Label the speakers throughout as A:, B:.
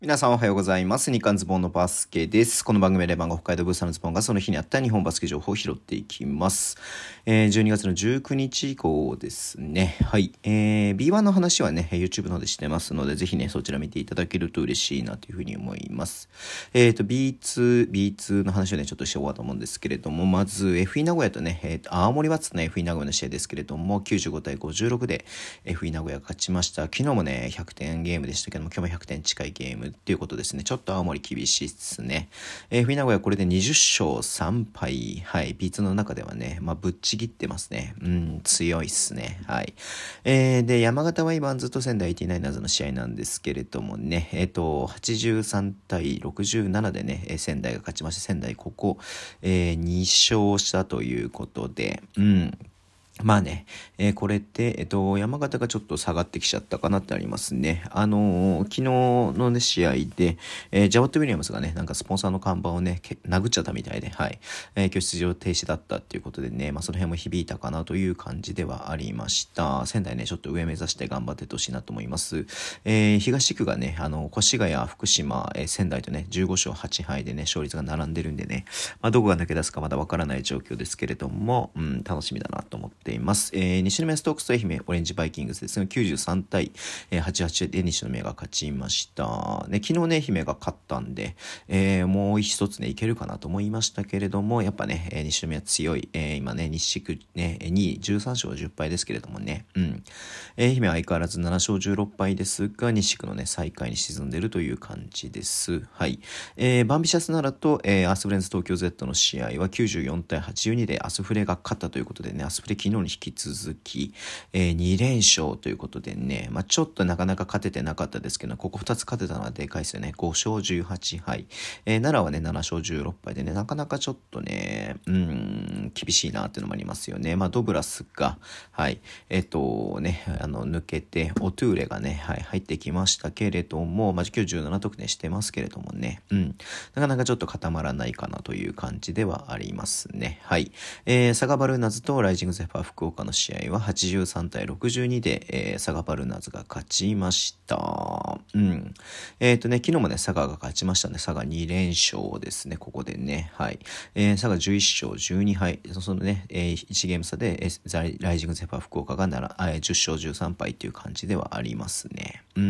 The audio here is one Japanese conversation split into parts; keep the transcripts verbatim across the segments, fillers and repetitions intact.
A: 皆さんおはようございます。日刊ズボンのバスケです。この番組で番号北海道ブースターのズボンがその日にあった日本バスケ情報を拾っていきます。えー、じゅうにがつのじゅうくにち以降ですね。はい。えー、ビーワン の話はね、YouTube の方でしてますので、ぜひね、そちら見ていただけると嬉しいなというふうに思います。えっと、ビーツー、ビーツー の話をね、ちょっとしておこうと思うんですけれども、まず エフイー 名古屋とね、えー、青森ワッツの エフイー 名古屋の試合ですけれども、きゅうじゅうごたいごじゅうろくで エフイー 名古屋が勝ちました。昨日もね、ひゃくてんゲームでしたけども、今日もひゃくてん近いゲームっていうことですね。ちょっと青森厳しいですね。えー、フィ名古屋これでにじゅっしょうさんぱい。はい。ビーツー の中ではね、まあ、ぶっちぎってますね。うん、強いっすね。はい。えー、で、山形ワイバンズと仙台エイティナイナーズの試合なんですけれどもね、えっと、はちじゅうさんたいろくじゅうななでね、仙台が勝ちまして、仙台ここ、えー、にしょうしたということで、うん。まあね、えー、これって、えっと、山形がちょっと下がってきちゃったかなってありますね。あのー、昨日のね、試合で、えー、ジャワット・ウィリアムスがね、なんかスポンサーの看板をね、殴っちゃったみたいで、はい。えー、今日出場停止だったっていうことでね、まあその辺も響いたかなという感じではありました。仙台ね、ちょっと上目指して頑張ってってほしいなと思います。えー、東区がね、あの、越谷、福島、えー、仙台とね、じゅうごしょうはちはいでね、勝率が並んでるんでね、まあどこが抜け出すかまだわからない状況ですけれども、うん、楽しみだなと思っています。えー、西宮ストークスと愛媛オレンジバイキングスですね、きゅうじゅうさんたいはちじゅうはちで西宮が勝ちました。ね、昨日ね、愛媛が勝ったんで、えー、もう一つね、いけるかなと思いましたけれども、やっぱね、えー、西宮強い、えー、今ね、西地区ね、にい、じゅうさんしょうじゅっぱいですけれどもね、うん。えー、愛媛は相変わらずななしょうじゅうろっぱいですが、西地区のね、最下位に沈んでいるという感じです。はい。えー、バンビシャス奈良と、えー、アスフレンズ東京 Z の試合はきゅうじゅうよんたいはちじゅうにでアスフレが勝ったということでね、アスフレ昨日に引き続き、えー、にれんしょうということでね、まあ、ちょっとなかなか勝ててなかったですけど、ここふたつ勝てたのはでかいですよね。ごしょうじゅうはちはい。えー、奈良はね、ななしょうじゅうろっぱいでね、なかなかちょっとね、うーん、厳しいなっていうのもありますよね。まあ、ドブラスが、はい、えっ、ー、とね、あの、抜けて、オトゥーレがね、はい、入ってきましたけれども、まあ、今日じゅうななとくてんしてますけれどもね、うん、なかなかちょっと固まらないかなという感じではありますね。はい。えー、サガバルーナズとライジングゼファー福岡の試合ははちじゅうさんたいろくじゅうにで、えー、サガバルーナズが勝ちました。うん。えっ、ー、とね、昨日もね、サガが勝ちましたね。サガにれんしょうですね、ここでね。はい。えー、サガじゅういっしょうじゅうにはい。そのね、えー、いちゲーム差で、えー、ライジングゼファー福岡がなら、えー、じゅっしょうじゅうさんぱいっていう感じではありますね。うん。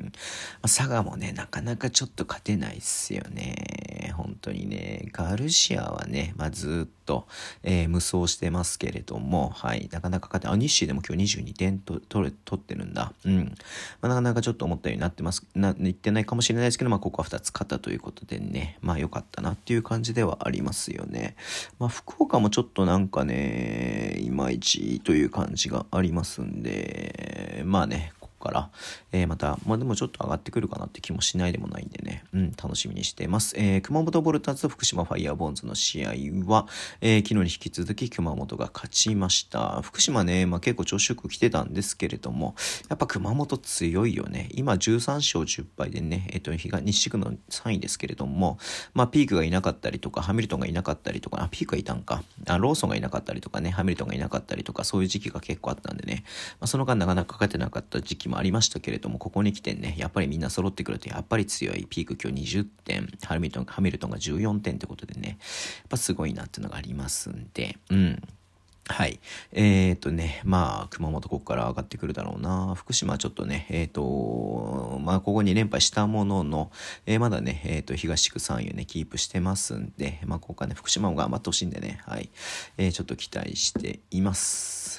A: サガもね、なかなかちょっと勝てないっすよね。本当にね、ガルシアはね、まあ、ずっと、えー、無双してますけれども、はい、なかなか勝てない。あ、ニッシーでも今日にじゅうにてんと取れ、取ってるんだ。うん。まあ、なかなかちょっと思ったようになってます、な、言ってないかもしれないですけど、まあ、ここはふたつ勝ったということでね、まあ、良かったなっていう感じではありますよね。まあ、福岡もちょっとなんかね、いまいちという感じがありますんで、まあね、から、えー、また、まあでもちょっと上がってくるかなって気もしないでもないんでね、うん、楽しみにしています。えー、熊本ボルターズと福島ファイヤーボーンズの試合は、えー、昨日に引き続き熊本が勝ちました。福島ね、まあ結構調子よく来てたんですけれども、やっぱ熊本強いよね。今じゅうさんしょうじゅっぱいでね、えっ、ー、と、東西地区のさんいですけれども、まあピークがいなかったりとか、ハミルトンがいなかったりとか、あ、ピークがいたんか、あ、ローソンがいなかったりとかね、ハミルトンがいなかったりとか、そういう時期が結構あったんでね、まあ、その間なかなか勝てなかった時期もありましたけれども、ここに来てね、やっぱりみんな揃ってくるとやっぱり強い。ピーク今日にじゅってん、ハミルトン、ハミルトンがじゅうよんてんってことでね、やっぱすごいなっていうのがありますんで、うん。はい。えーとね、まあ、熊本ここから上がってくるだろうな。福島はちょっとね、えーと、まあ、ここに連敗したものの、えー、まだね、えーと、東地区さんいをね、キープしてますんで、まあ、ここからね、福島も頑張ってほしいんでね、はい。えー、ちょっと期待しています。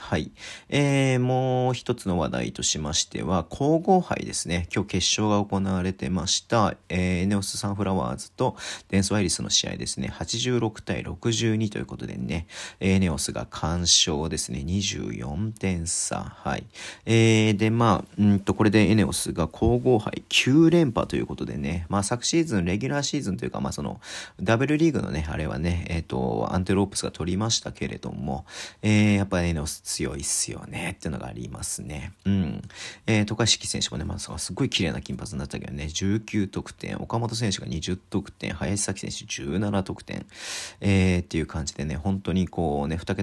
A: はい。えー、もう一つの話題としましては、皇后杯ですね。今日決勝が行われてました、えー、エネオスサンフラワーズとデンソアイリスの試合ですね。はちじゅうろくたいろくじゅうにということでね、エネオスが完勝ですね。にじゅうよんてんさ。はい。えー、で、まあ、うんと、これでエネオスが皇后杯きゅうれんぱということでね、まあ、昨シーズン、レギュラーシーズンというか、まあ、その、ダブルリーグのね、あれはね、えっと、アンテロープスが取りましたけれども、えー、やっぱりエネオス強いっすよね、っていうのがありますね。うん。えー、渡嘉敷選手もね、まあ、すごい綺麗な金髪になったけどね、じゅうきゅうとくてん、岡本選手がにじゅっとくてん、林咲選手じゅうななとくてん、えー、っていう感じでね、本当にこうね、にけた選手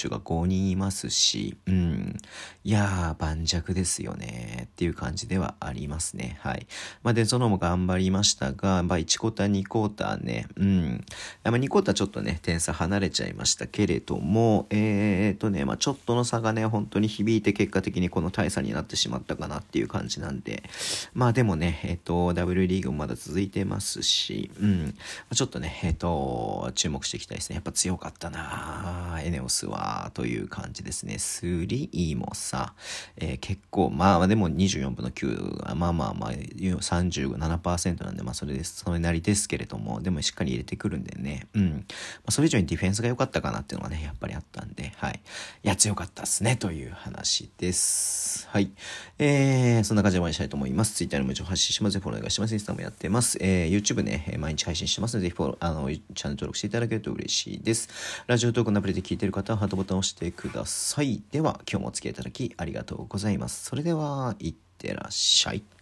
A: 手がごにんいますし、うん。いやー、盤石ですよね。っていう感じではありますね。はい。まあ、デンソノも頑張りましたが、まあ、いちクォーター、にクォーターね、うん。まあ、にクォーターちょっとね、点差離れちゃいましたけれども、えーっとね、まあ、ちょっとの差がね、本当に響いて結果的にこの大差になってしまったかなっていう感じなんで、まあでもね、えっと、W リーグもまだ続いてますし、うん。ちょっとね、えっと、注目していきたいですね。やっぱ強かったなエネオスは、という感じですね。スリーもさ、えー結構、まあでもにじゅうよんぶんのきゅうが、まあまあまあ、さんじゅうななパーセント なんで、まあそれです、それなりですけれども、でもしっかり入れてくるんでね、うん。まあ、それ以上にディフェンスが良かったかなっていうのがね、やっぱりあったんで、はい。いや、強かったっすね、という話です。はい。えー、そんな感じで終わりにしたいと思います。Twitter にも一応発信します。フォローお願いします。インスタもやってます。えー、YouTube ね、毎日配信してますので、ぜひフォロー、あの、チャンネル登録していただけると嬉しいです。ラジオトークのアプリで聞いている方はハートボタンを押してください。では、今日もお付き合いいただきありがとうございます。それでは、いってらっしゃい。